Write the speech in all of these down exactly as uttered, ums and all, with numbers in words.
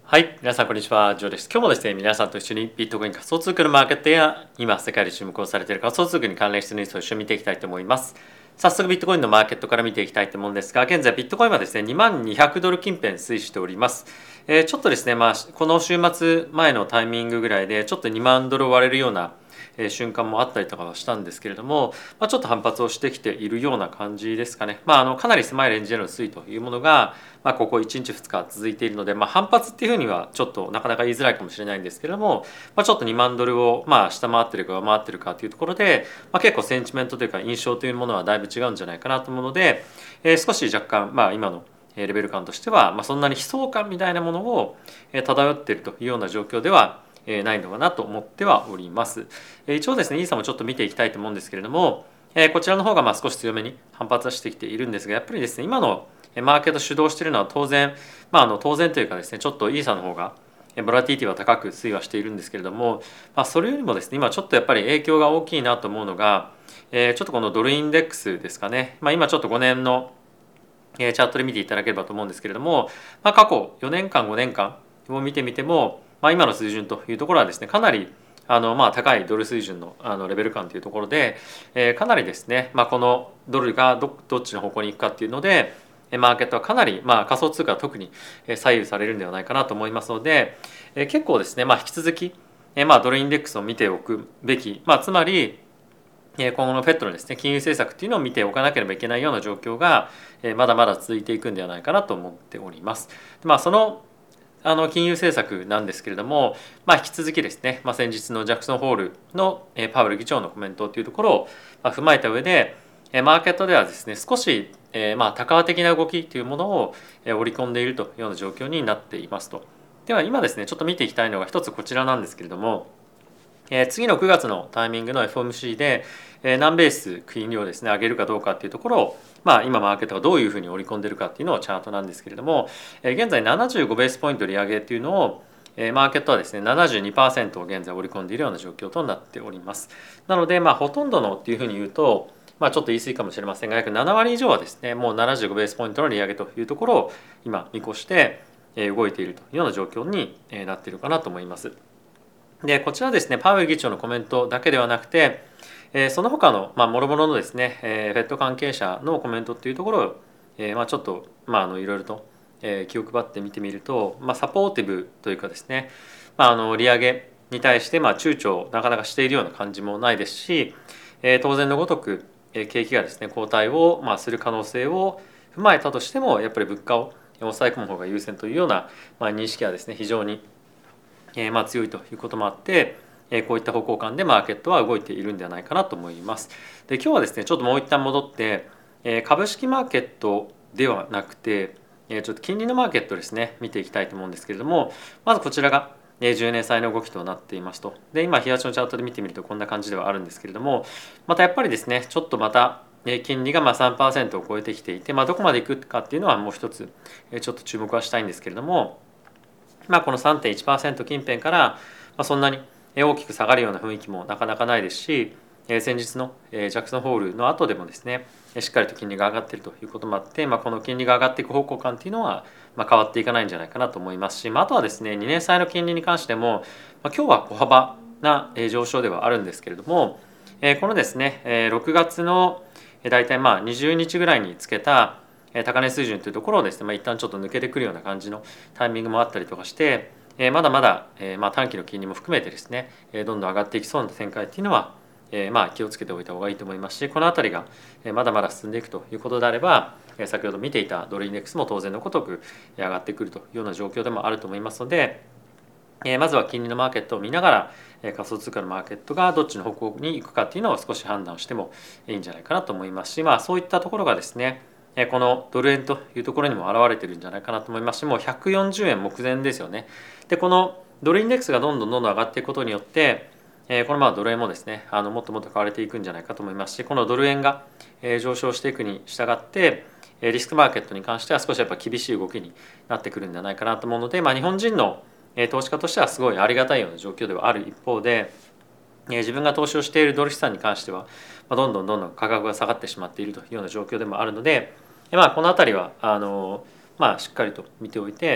はい、皆さんこんにちは、ジョーです。今日もですね、皆さんと一緒にビットコイン仮想通貨のマーケットや今世界で注目をされている仮想通貨に関連したニュースを一緒に見ていきたいと思います。早速ビットコインのマーケットから見ていきたいと思うんですが、現在ビットコインはですね、にまんにひゃくドル近辺推移しております。えー、ちょっとですね、まあこの週末前のタイミングぐらいでちょっとにまんドルを割れるようなえ瞬間もあったりとかはしたんですけれども、まあ、ちょっと反発をしてきているような感じですかね。まあ、あのかなり狭いレンジでの推移というものが、まあ、ここいちにちふつか続いているので、まあ、反発っていうふうにはちょっとなかなか言いづらいかもしれないんですけれども、まあ、ちょっとにまんドルをまあ下回ってるか上回ってるかというところで、まあ、結構センチメントというか印象というものはだいぶ違うんじゃないかなと思うので、えー、少し若干、まあ、今のレベル感としては、まあ、そんなに悲壮感みたいなものを漂っているというような状況ではないのかなと思ってはおります。一応ですね、イーサもちょっと見ていきたいと思うんですけれども、こちらの方がまあ少し強めに反発はしてきているんですが、やっぱりですね、今のマーケット主導しているのは当然、まあ、あの当然というかですね、ちょっとイーサの方がボラティティは高く推移はしているんですけれども、まあ、それよりもですね、今ちょっとやっぱり影響が大きいなと思うのが、えー、ちょっとこのドルインデックスですかね、まあ、今ちょっとごねんのチャートで見ていただければと思うんですけれども、まあ、過去よねんかんごねんかんを見てみても、まあ、今の水準というところはですね、かなりあのまあ高いドル水準のあのレベル感というところで、えー、かなりですね、まあ、このドルが ど, どっちの方向に行くかっていうのでマーケットはかなり、まあ、仮想通貨は特に左右されるんではないかなと思いますので、えー、結構ですね、まあ、引き続き、えーまあ、ドルインデックスを見ておくべき、まあ、つまり今後のフェットのですね金融政策っていうのを見ておかなければいけないような状況がまだまだ続いていくんではないかなと思っております。まあ、そのあの金融政策なんですけれども、まあ、引き続きですね、まあ、先日のジャクソンホールのパウエル議長のコメントというところを踏まえた上で、マーケットではですね少しまあ多価的な動きというものを織り込んでいるというような状況になっていますと。では今ですねちょっと見ていきたいのが一つこちらなんですけれども、次のくがつのタイミングの エフオーエムシー で何ベース金利をですね上げるかどうかっていうところを、まあ、今マーケットがどういうふうに織り込んでいるかっていうのをチャートなんですけれども、現在ななじゅうごベースポイント利上げっていうのをマーケットはですね ななじゅうにパーセント を現在織り込んでいるような状況となっております。なのでまあほとんどのっていうふうに言うと、まあ、ちょっと言い過ぎかもしれませんが約ななわり以上はですねもうななじゅうごベースポイントの利上げというところを今見越して動いているというような状況になっているかなと思います。でこちらですねパウエル議長のコメントだけではなくて、えー、その他のまあ諸々のですね、えー、フェット関係者のコメントっていうところを、えー、まあちょっとまああのいろいろと、えー、気を配って見てみると、まあ、サポーティブというかですね、まあ、あの利上げに対してまあ躊躇なかなかしているような感じもないですし、えー、当然のごとく景気がですね後退をまあする可能性を踏まえたとしてもやっぱり物価を抑え込む方が優先というような、まあ、認識はですね非常にえー、まあ強いということもあって、えー、こういった方向感でマーケットは動いているんではないかなと思います。で今日はですねちょっともう一旦戻って、えー、株式マーケットではなくて、えー、ちょっと金利のマーケットですね見ていきたいと思うんですけれども、まずこちらがじゅうねん債の動きとなっていますと。で今日足のチャートで見てみるとこんな感じではあるんですけれども、またやっぱりですねちょっとまた金利がまあ さんパーセント を超えてきていて、まあ、どこまでいくかっていうのはもう一つちょっと注目はしたいんですけれども、まあ、この さんてんいちパーセント 近辺からそんなに大きく下がるような雰囲気もなかなかないですし、先日のジャクソンホールの後でもですねしっかりと金利が上がっているということもあって、まあ、この金利が上がっていく方向感っていうのはまあ変わっていかないんじゃないかなと思いますし、まあ、あとはですねにねん債の金利に関しても、まあ、今日は小幅な上昇ではあるんですけれども、このですねろくがつの大体まあにじゅうにちぐらいにつけた高値水準というところをですね、まあ、一旦ちょっと抜けてくるような感じのタイミングもあったりとかして、まだまだ、まあ、短期の金利も含めてですねどんどん上がっていきそうな展開っていうのは、まあ、気をつけておいた方がいいと思いますし、この辺りがまだまだ進んでいくということであれば先ほど見ていたドルインデックスも当然のごとく上がってくるというような状況でもあると思いますので、まずは金利のマーケットを見ながら仮想通貨のマーケットがどっちの方向に行くかっていうのを少し判断してもいいんじゃないかなと思いますし、まあ、そういったところがですねこのドル円というところにも表れてるんじゃないかなと思いますし、もうひゃくよんじゅうえん目前ですよね。でこのドルインデックスがどんどんどんどん上がっていくことによって、このままドル円もですねあのもっともっと買われていくんじゃないかと思いますし、このドル円が上昇していくに従ってリスクマーケットに関しては少しやっぱ厳しい動きになってくるんじゃないかなと思うので、まあ、日本人の投資家としてはすごいありがたいような状況ではある一方で、自分が投資をしているドル資産に関してはどんどんどんどん価格が下がってしまっているというような状況でもあるので、まあ、この辺りはあの、まあ、しっかりと見ておいて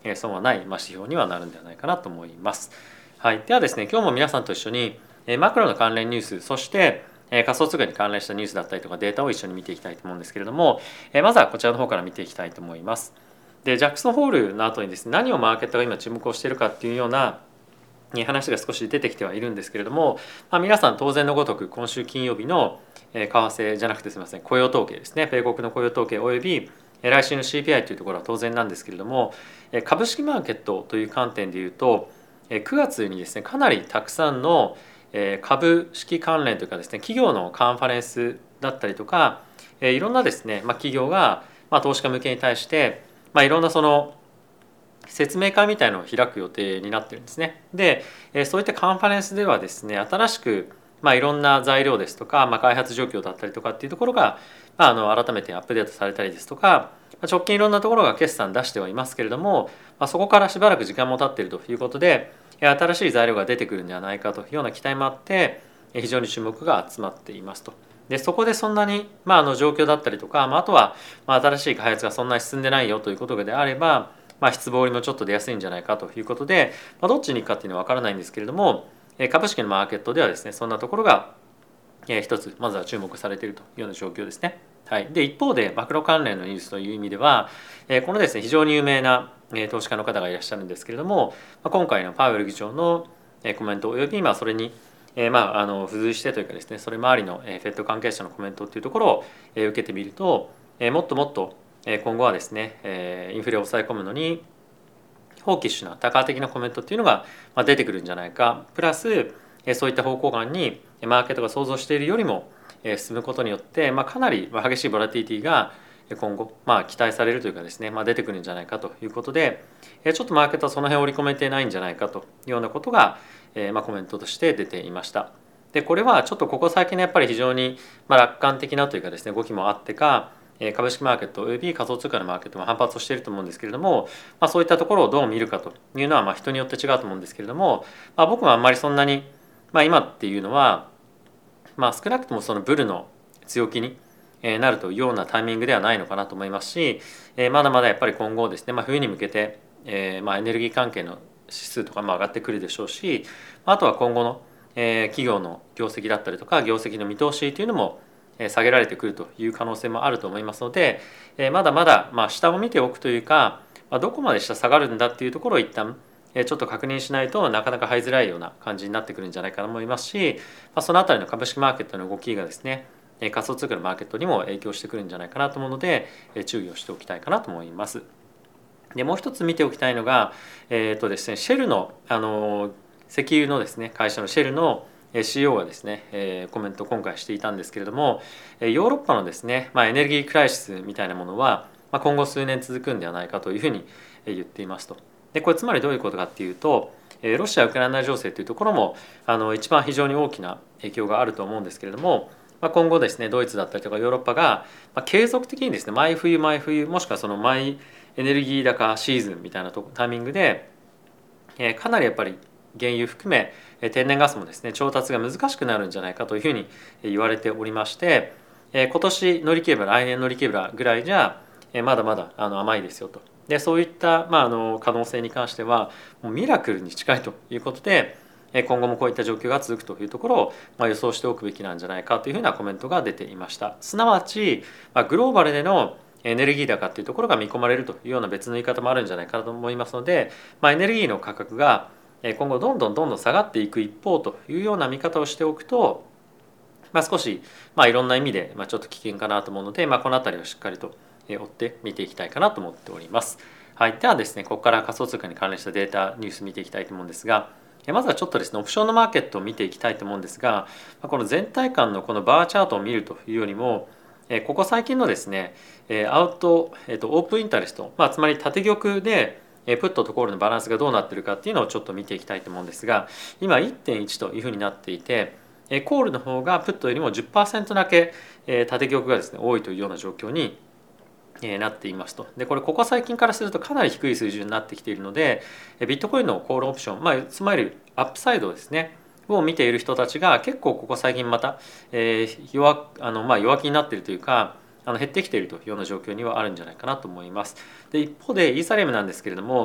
損はない、まあ、指標にはなるんではないかなと思います。はい、ではですね、今日も皆さんと一緒にマクロの関連ニュース、そして仮想通貨に関連したニュースだったりとかデータを一緒に見ていきたいと思うんですけれども、まずはこちらの方から見ていきたいと思います。で、ジャクソンホールの後にですね、何をマーケットが今注目をしているかっていうような話が少し出てきてはいるんですけれども、まあ、皆さん当然のごとく今週金曜日の為替じゃなくてすみません雇用統計ですね、米国の雇用統計および来週の シーピーアイ というところは当然なんですけれども、株式マーケットという観点でいうとくがつにですねかなりたくさんの株式関連というかですね企業のカンファレンスだったりとかいろんなですね、まあ、企業がまあ投資家向けに対して、まあ、いろんなその説明会みたいなのを開く予定になってるんですね。で、そういったカンファレンスではですね新しくまあいろんな材料ですとか、まあ、開発状況だったりとかっていうところが、まあ、あの改めてアップデートされたりですとか、直近いろんなところが決算出してはいますけれども、まあ、そこからしばらく時間も経っているということで新しい材料が出てくるんではないかというような期待もあって非常に注目が集まっていますと。でそこでそんなに、まあ、あの状況だったりとか、まあ、あとはまあ新しい開発がそんなに進んでないよということであれば、まあ、失望売りもちょっと出やすいんじゃないかということで、まあ、どっちに行くかっていうのは分からないんですけれども、株式のマーケットではですねそんなところが一つまずは注目されているというような状況ですね。はい、で一方でマクロ関連のニュースという意味ではこのですね非常に有名な投資家の方がいらっしゃるんですけれども、今回のパウエル議長のコメントおよびそれにまああの付随してというかですねそれ周りの フェット 関係者のコメントというところを受けてみると、もっともっと今後はですねインフレを抑え込むのにホーキッシュな多価的なコメントっていうのが出てくるんじゃないか、プラスそういった方向感にマーケットが想像しているよりも進むことによって、まあ、かなり激しいボラティティが今後、まあ、期待されるというかですね、まあ、出てくるんじゃないかということで、ちょっとマーケットはその辺を織り込めてないんじゃないかというようなことが、まあ、コメントとして出ていました。でこれはちょっとここ最近のやっぱり非常にまあ楽観的なというかですね動きもあってか、株式マーケットおよび仮想通貨のマーケットも反発をしていると思うんですけれども、まあ、そういったところをどう見るかというのはまあ人によって違うと思うんですけれども、まあ、僕はあんまりそんなに、まあ、今っていうのは、まあ、少なくともそのブルの強気になるというようなタイミングではないのかなと思いますし、まだまだやっぱり今後ですね、まあ、冬に向けて、えー、まあエネルギー関係の指数とかも上がってくるでしょうし、あとは今後の企業の業績だったりとか業績の見通しというのも下げられてくるという可能性もあると思いますので、まだまだまあ下を見ておくというか、どこまで下下がるんだっていうところを一旦ちょっと確認しないとなかなか入りづらいような感じになってくるんじゃないかと思いますし、そのあたりの株式マーケットの動きがですね仮想通貨のマーケットにも影響してくるんじゃないかなと思うので注意をしておきたいかなと思います。でもう一つ見ておきたいのが、えーとですね、シェルの、あの石油のですね会社のシェルの シーイーオー がですね、えー、コメントを今回していたんですけれども、ヨーロッパのですね、まあ、エネルギークライシスみたいなものは、まあ、今後数年続くんではないかというふうに言っていますと。でこれつまりどういうことかっていうと、ロシア・ウクライナ情勢というところもあの一番非常に大きな影響があると思うんですけれども、まあ、今後ですねドイツだったりとかヨーロッパが、まあ、継続的にですね毎冬毎冬もしくはその毎エネルギー高シーズンみたいなタイミングで、えー、かなりやっぱり原油含め天然ガスもですね調達が難しくなるんじゃないかというふうに言われておりまして、えー、今年乗り切れば来年乗り切ればぐらいじゃ、えー、まだまだあの甘いですよと。でそういった、まあ、あの可能性に関してはもうミラクルに近いということで、今後もこういった状況が続くというところを、まあ、予想しておくべきなんじゃないかというふうなコメントが出ていました。すなわち、まあ、グローバルでのエネルギー高というところが見込まれるというような別の言い方もあるんじゃないかと思いますので、まあ、エネルギーの価格が今後どんどんどんどん下がっていく一方というような見方をしておくと、まあ、少し、まあ、いろんな意味で、まあ、ちょっと危険かなと思うので、まあ、この辺りをしっかりと追って見ていきたいかなと思っております。はい、ではですねここから仮想通貨に関連したデータニュース見ていきたいと思うんですが、まずはちょっとですねオプションのマーケットを見ていきたいと思うんですが、この全体感のこのバーチャートを見るというよりもここ最近のですねアウト、えっと、オープンインタレスト、まあ、つまり縦玉でプットとコールのバランスがどうなっているかっていうのをちょっと見ていきたいと思うんですが、今 いってんいち というふうになっていて、コールの方がプットよりも じゅっパーセント だけ縦玉がですね多いというような状況になっていますと。でこれここ最近からするとかなり低い水準になってきているので、ビットコインのコールオプション、まあ、つまりアップサイドですねを見ている人たちが結構ここ最近また、えー、弱あの、まあ、弱気になっているというかあの減ってきているというような状況にはあるんじゃないかなと思います。で一方でイーサリアムなんですけれども、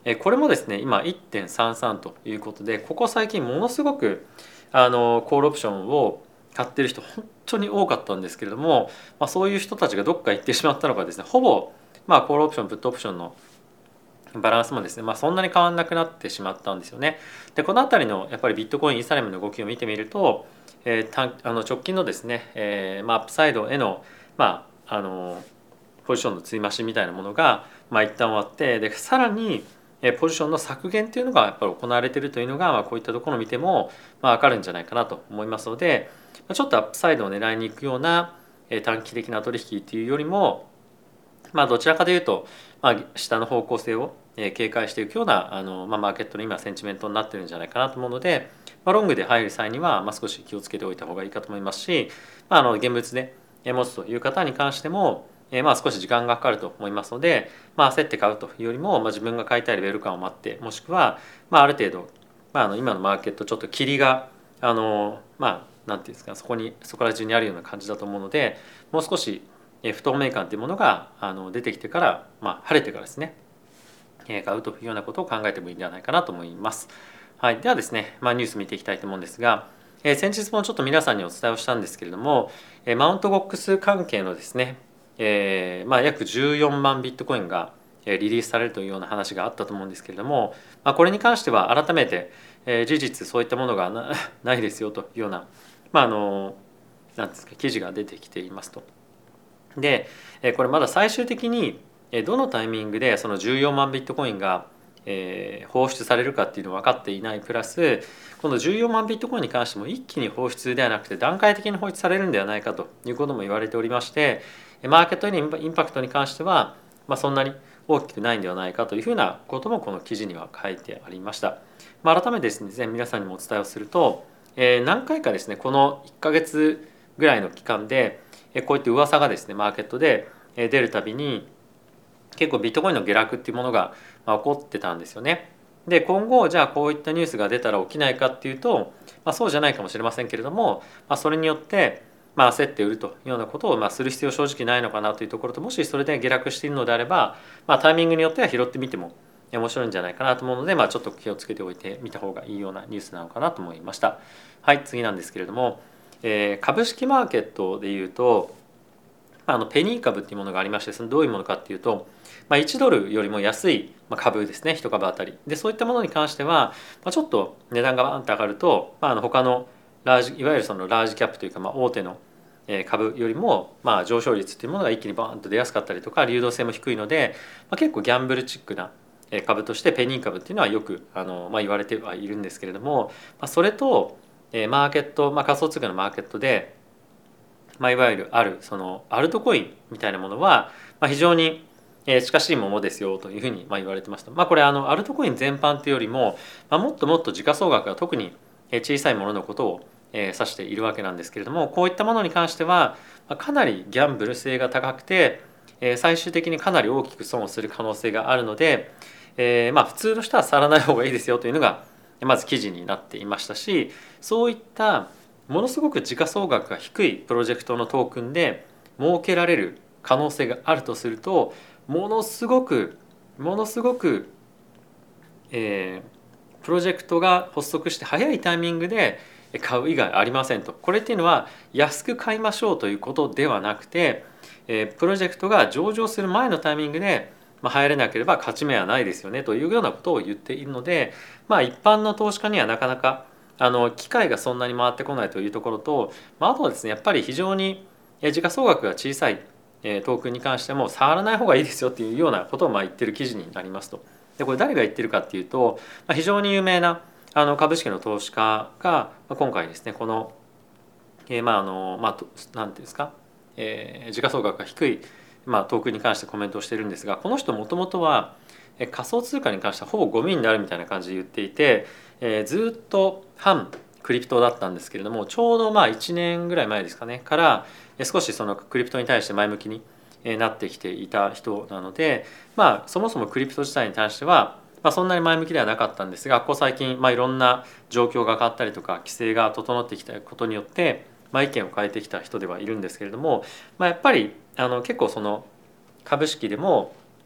これもですね今 いってんさんさん ということで、ここ最近ものすごくあのコールオプションを買ってる人本当に多かったんですけれども、まあ、そういう人たちがどっか行ってしまったのかですね、ほぼまあコールオプションプットオプションのバランスもですね、まあ、そんなに変わらなくなってしまったんですよね。でこの辺りのやっぱりビットコインイーサリアムの動きを見てみると、えー、たあの直近のですね、えーまあ、アップサイドへの、まあ、あのポジションの追増しみたいなものが、まあ、一旦終わって、でさらにポジションの削減というのがやっぱり行われているというのが、まあ、こういったところを見ても、まあ、分かるんじゃないかなと思いますので、ちょっとアップサイドを狙いに行くような短期的な取引というよりも、まあ、どちらかというと、まあ、下の方向性を警戒していくようなあの、まあ、マーケットの今センチメントになってるんじゃないかなと思うので、まあ、ロングで入る際には、まあ、少し気をつけておいた方がいいかと思いますし、まあ、あの現物で持つという方に関しても、えー、まあ少し時間がかかると思いますので、まあ、焦って買うというよりも、まあ、自分が買いたいレベル感を待って、もしくは、まあ、ある程度、まあ、あの今のマーケットちょっと霧があのまあなんていうんですか、そこにそこら中にあるような感じだと思うので、もう少し不透明感というものがあの出てきてから、まあ、晴れてからですね買うというようなことを考えてもいいんじゃないかなと思います。はい、ではですね、まあ、ニュース見ていきたいと思うんですが、えー、先日もちょっと皆さんにお伝えをしたんですけれども、えー、マウントゴックス関係のですね、えーまあ、約じゅうよんまんビットコインがリリースされるというような話があったと思うんですけれども、まあ、これに関しては改めて、えー、事実そういったものが な, ないですよというような、まあ、あのなんですか記事が出てきていますと。でこれまだ最終的にどのタイミングでそのじゅうよんまんビットコインが放出されるかっていうのは分かっていないプラス、このじゅうよんまんビットコインに関しても一気に放出ではなくて段階的に放出されるんではないかということも言われておりまして、マーケットへのインパクトに関しては、まあ、そんなに大きくないんではないかというふうなこともこの記事には書いてありました。まあ、改めてですね皆さんにもお伝えをすると、えー、何回かですねこのいっかげつぐらいの期間でこういった噂がですねマーケットで出るたびに結構ビットコインの下落っていうものが起こってたんですよね。で今後じゃあこういったニュースが出たら起きないかっていうと、まあ、そうじゃないかもしれませんけれども、まあ、それによってまあ焦って売るというようなことをまあする必要正直ないのかなというところと、もしそれで下落しているのであれば、まあ、タイミングによっては拾ってみても面白いんじゃないかなと思うので、まあ、ちょっと気をつけておいてみた方がいいようなニュースなのかなと思いました。はい、次なんですけれども、えー、株式マーケットでいうとあのペニー株っていうものがありまして、そのどういうものかっていうと、まあ、いちドルよりも安い株ですね、いち株当たりで、そういったものに関しては、まあ、ちょっと値段がバーンと上がると、まあ、あの他のラージいわゆるそのラージキャップというか、まあ、大手の株よりもまあ上昇率っていうものが一気にバーンと出やすかったりとか、流動性も低いので、まあ、結構ギャンブルチックな株としてペニー株っていうのはよくあの、まあ、言われてはいるんですけれども、まあ、それとマーケット、まあ、仮想通貨のマーケットでまあ、いわゆるあるそのアルトコインみたいなものは、まあ、非常に近しいものですよというふうにまあ言われてました。まあ、これあのアルトコイン全般というよりも、まあ、もっともっと時価総額が特に小さいもののことを指しているわけなんですけれども、こういったものに関してはかなりギャンブル性が高くて、最終的にかなり大きく損をする可能性があるので、えー、まあ普通の人は触らない方がいいですよというのがまず記事になっていましたし、そういったものすごく時価総額が低いプロジェクトのトークンで設けられる可能性があるとすると、ものすごくものすごく、えー、プロジェクトが発足して早いタイミングで買う以外ありませんと。これっていうのは安く買いましょうということではなくて、えー、プロジェクトが上場する前のタイミングでまあ入れなければ勝ち目はないですよねというようなことを言っているので、まあ、一般の投資家にはなかなかあの機会がそんなに回ってこないというところと、まあ、あとはですねやっぱり非常に時価総額が小さいトークンに関しても触らない方がいいですよっていうようなことをまあ言ってる記事になりますと。でこれ誰が言ってるかっていうと、まあ、非常に有名なあの株式の投資家が今回ですねこの、えー、まああのまあ何ていうんですか、えー、時価総額が低い、まあ、トークンに関してコメントをしてるんですが、この人もともとは仮想通貨に関してはほぼゴミになるみたいな感じで言っていて、えー、ずっと反クリプトだったんですけれども、ちょうどまあいちねんぐらい前ですかねから少しそのクリプトに対して前向きになってきていた人なので、まあそもそもクリプト自体に対してはまあそんなに前向きではなかったんですが、ここ最近まあいろんな状況が変わったりとか規制が整ってきたことによってまあ意見を変えてきた人ではいるんですけれども、まあ、やっぱりあの結構その株式でも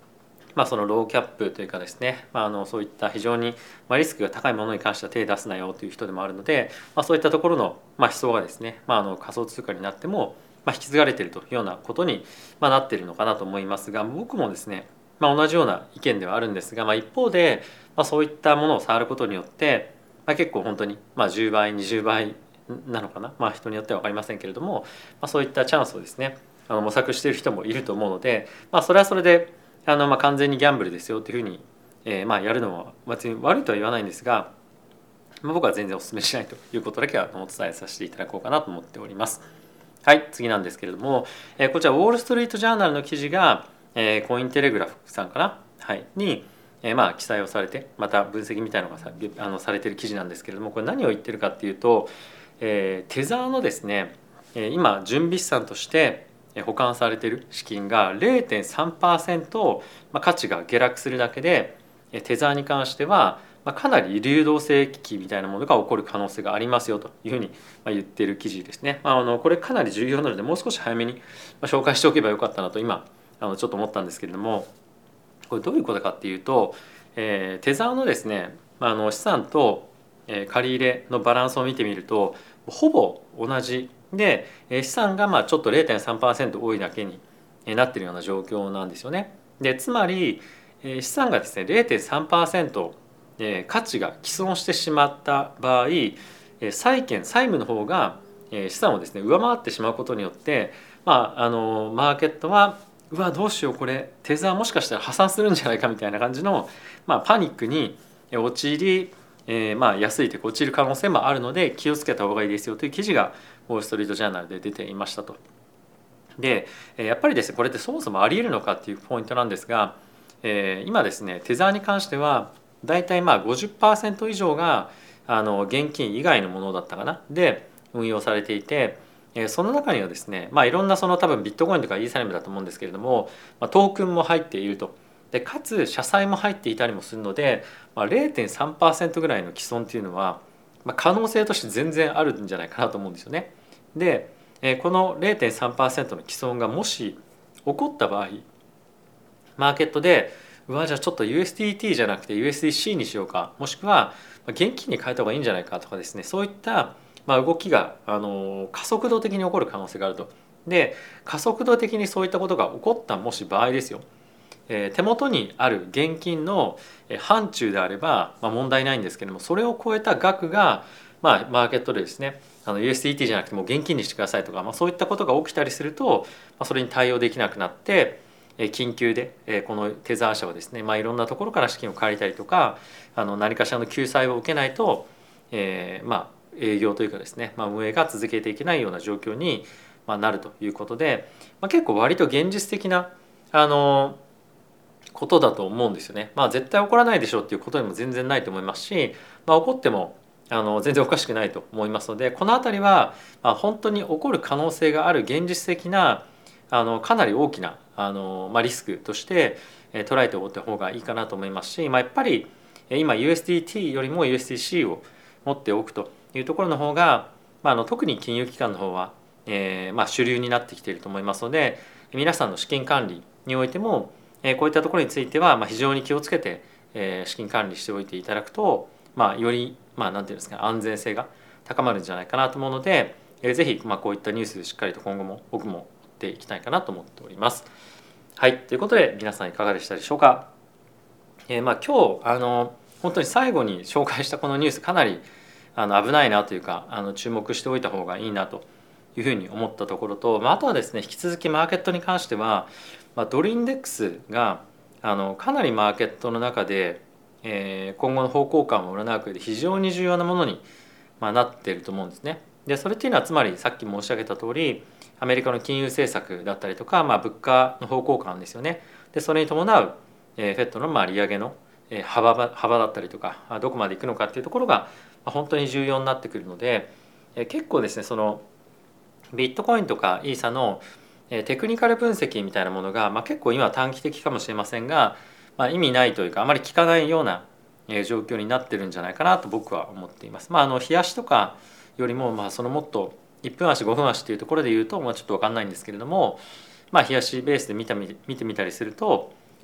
まあ、そのローキャップというかですね、まあ、あのそういった非常にリスクが高いものに関しては手を出すなよという人でもあるので、まあ、そういったところのまあ思想がですね、まあ、あの仮想通貨になってもまあ引き継がれているというようなことにまあなっているのかなと思いますが、僕もですね、まあ、同じような意見ではあるんですが、まあ、一方で、まあ、そういったものを触ることによって、まあ、結構本当にまあじゅうばいにじゅうばいなのかな、まあ、人によっては分かりませんけれども、まあ、そういったチャンスをですねあの模索している人もいると思うので、まあ、それはそれであのまあ完全にギャンブルですよというふうに、えー、まあやるのは別に悪いとは言わないんですが、まあ、僕は全然お勧めしないということだけはお伝えさせていただこうかなと思っております。はい、次なんですけれども、えー、こちらウォール・ストリート・ジャーナルの記事が、えー、コインテレグラフさんかな、はい、に、えー、まあ記載をされて、また分析みたいなのがさあのされている記事なんですけれども、これ何を言ってるかっていうと、えー、テザーのですね、えー、今準備資産として保管されている資金が れいてんさんパーセント、まあ、価値が下落するだけでテザーに関しては、まあ、かなり流動性危機みたいなものが起こる可能性がありますよというふうに言っている記事ですね。まあ、あのこれかなり重要なのでもう少し早めに紹介しておけばよかったなと今あのちょっと思ったんですけれども、これどういうことかっていうと、えー、テザーのですね、まあ、あの資産と借り入れのバランスを見てみるとほぼ同じで、資産がまあちょっと れいてんさんパーセント 多いだけになっているような状況なんですよね。でつまり資産がですね れいてんさんパーセント 価値が毀損してしまった場合、債券債務の方が資産をですね上回ってしまうことによって、まあ、あのマーケットはうわどうしようこれテザーもしかしたら破産するんじゃないかみたいな感じの、まあ、パニックに陥り、えー、まあ安いというか陥る可能性もあるので気をつけた方がいいですよという記事がウォール・ストリート・ジャーナルで出ていましたと。でやっぱりですねこれってそもそもありえるのかっていうポイントなんですが、えー、今ですねテザーに関してはだいたいまあ ごじゅっパーセント 以上があの現金以外のものだったかなで運用されていて、えー、その中にはですね、まあ、いろんなその多分ビットコインとかイーサリアムだと思うんですけれども、まあ、トークンも入っていると。でかつ社債も入っていたりもするので、まあ、れいてんさんパーセント ぐらいの毀損っていうのは、まあ、可能性として全然あるんじゃないかなと思うんですよね。でこの れいてんさんパーセント の既存がもし起こった場合マーケットでうわじゃあちょっと ユーエスディーティー じゃなくて ユーエスディーシー にしようかもしくは現金に変えた方がいいんじゃないかとかですねそういった動きがあの加速度的に起こる可能性があると。で加速度的にそういったことが起こったもし場合ですよ、えー、手元にある現金の範疇であれば、まあ、問題ないんですけれどもそれを超えた額が、まあ、マーケットでですねあの ユーエスディーティー じゃなくてもう現金にしてくださいとか、まあ、そういったことが起きたりすると、まあ、それに対応できなくなって緊急でこのテザー社はですね、まあ、いろんなところから資金を借りたりとかあの何かしらの救済を受けないと、えー、まあ営業というかですね、まあ、運営が続けていけないような状況になるということで、まあ、結構割と現実的なあのことだと思うんですよね。まあ絶対起こらないでしょうっていうことにも全然ないと思いますし、まあ、起こってもあの全然おかしくないと思いますのでこの辺りは、まあ、本当に起こる可能性がある現実的なあのかなり大きなあの、まあ、リスクとして捉えておいた方がいいかなと思いますし、まあ、やっぱり今 ユーエスディーティー よりも ユーエスディーシー を持っておくというところの方が、まあ、あの特に金融機関の方は、えーまあ、主流になってきていると思いますので皆さんの資金管理においてもこういったところについては非常に気をつけて資金管理しておいていただくと、まあ、よりまあなんていうんですか安全性が高まるんじゃないかなと思うのでぜひまあこういったニュースしっかりと今後も僕も追っていきたいかなと思っております。はいということで皆さんいかがでしたでしょうか。えー、まあ今日あの本当に最後に紹介したこのニュースかなりあの危ないなというかあの注目しておいた方がいいなというふうに思ったところと、まあ、あとはですね引き続きマーケットに関しては、まあ、ドルインデックスがあのかなりマーケットの中で、えー、今後の方向感を占う上で非常に重要なものに、まあ、なっていると思うんですね。でそれっていうのはつまりさっき申し上げた通りアメリカの金融政策だったりとか、まあ、物価の方向感ですよね。でそれに伴う、えー、フェットのまあ利上げの幅幅だったりとかどこまでいくのかっていうところが本当に重要になってくるので結構ですねそのビットコインとかイーサのテクニカル分析みたいなものが、まあ、結構今は短期的かもしれませんが、まあ、意味ないというかあまり効かないような状況になってるんじゃないかなと僕は思っています。まあ、あの日足とかよりもまあそのもっといっぷん足ごふん足っていうところで言うと、まあ、ちょっと分かんないんですけれども、まあ、日足ベースで見た見てみたりすると、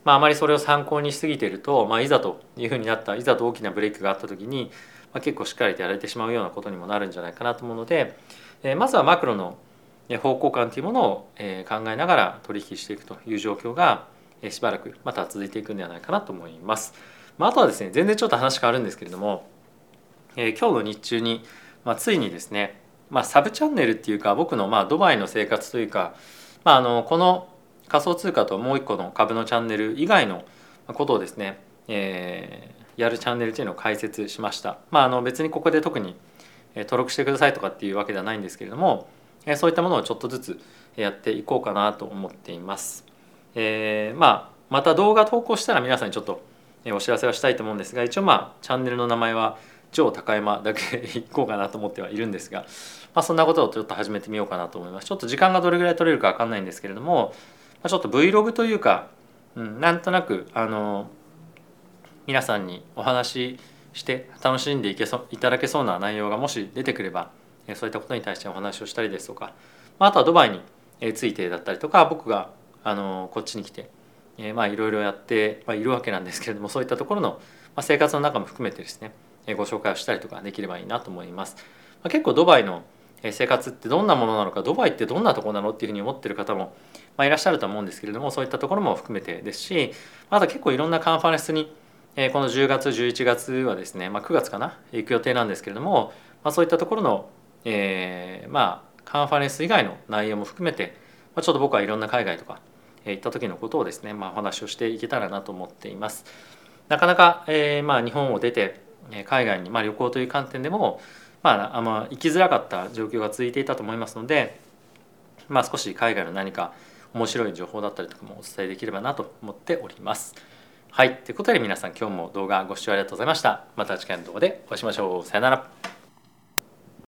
まあ、あまりそれを参考にしすぎていると、まあ、いざというふうになったいざと大きなブレイクがあった時に、まあ、結構しっかりとやられてしまうようなことにもなるんじゃないかなと思うので、えー、まずはマクロの方向感というものをえ考えながら取引していくという状況がしばらくまた続いていくんではないかなと思います。まあ、あとはですね、全然ちょっと話変わるんですけれども、えー、今日の日中に、まあ、ついにですね、まあ、サブチャンネルっていうか僕のまあドバイの生活というか、まあ、あのこの仮想通貨ともう一個の株のチャンネル以外のことをですね、えー、やるチャンネルというのを開設しました。まあ、あの別にここで特に登録してくださいとかっていうわけではないんですけれども、そういったものをちょっとずつやっていこうかなと思っています。えー、まあまた動画投稿したら皆さんにちょっとお知らせはしたいと思うんですが、一応まあチャンネルの名前は超高山だけいこうかなと思ってはいるんですが、まあ、そんなことをちょっと始めてみようかなと思います。ちょっと時間がどれぐらい取れるか分かんないんですけれども、ちょっと Vlog というか、うん、なんとなくあの皆さんにお話しして楽しんでいけそいただけそうな内容がもし出てくれば、そういったことに対してお話をしたりですとか、あとはドバイについてだったりとか、僕があのこっちに来てまあいろいろやっているわけなんですけれども、そういったところの生活の中も含めてですね、ご紹介をしたりとかできればいいなと思います。結構ドバイの生活ってどんなものなのか、ドバイってどんなところなのっていうふうに思ってる方もいらっしゃると思うんですけれども、そういったところも含めてですし、あと結構いろんなカンファレンスにこのじゅうがつじゅういちがつはですね、まあ、くがつかな行く予定なんですけれども、まあ、そういったところの、えー、まあカンファレンス以外の内容も含めて、まあ、ちょっと僕はいろんな海外とか行った時のことをですね、まあ、お話をしていけたらなと思っています。なかなか、えーまあ、日本を出て海外に、まあ、旅行という観点でも、まあ、あんま行きづらかった状況が続いていたと思いますので、まあ、少し海外の何か面白い情報だったりとかもお伝えできればなと思っております。はい、ということで皆さん今日も動画ご視聴ありがとうございました。また次回の動画でお会いしましょう。さよなら。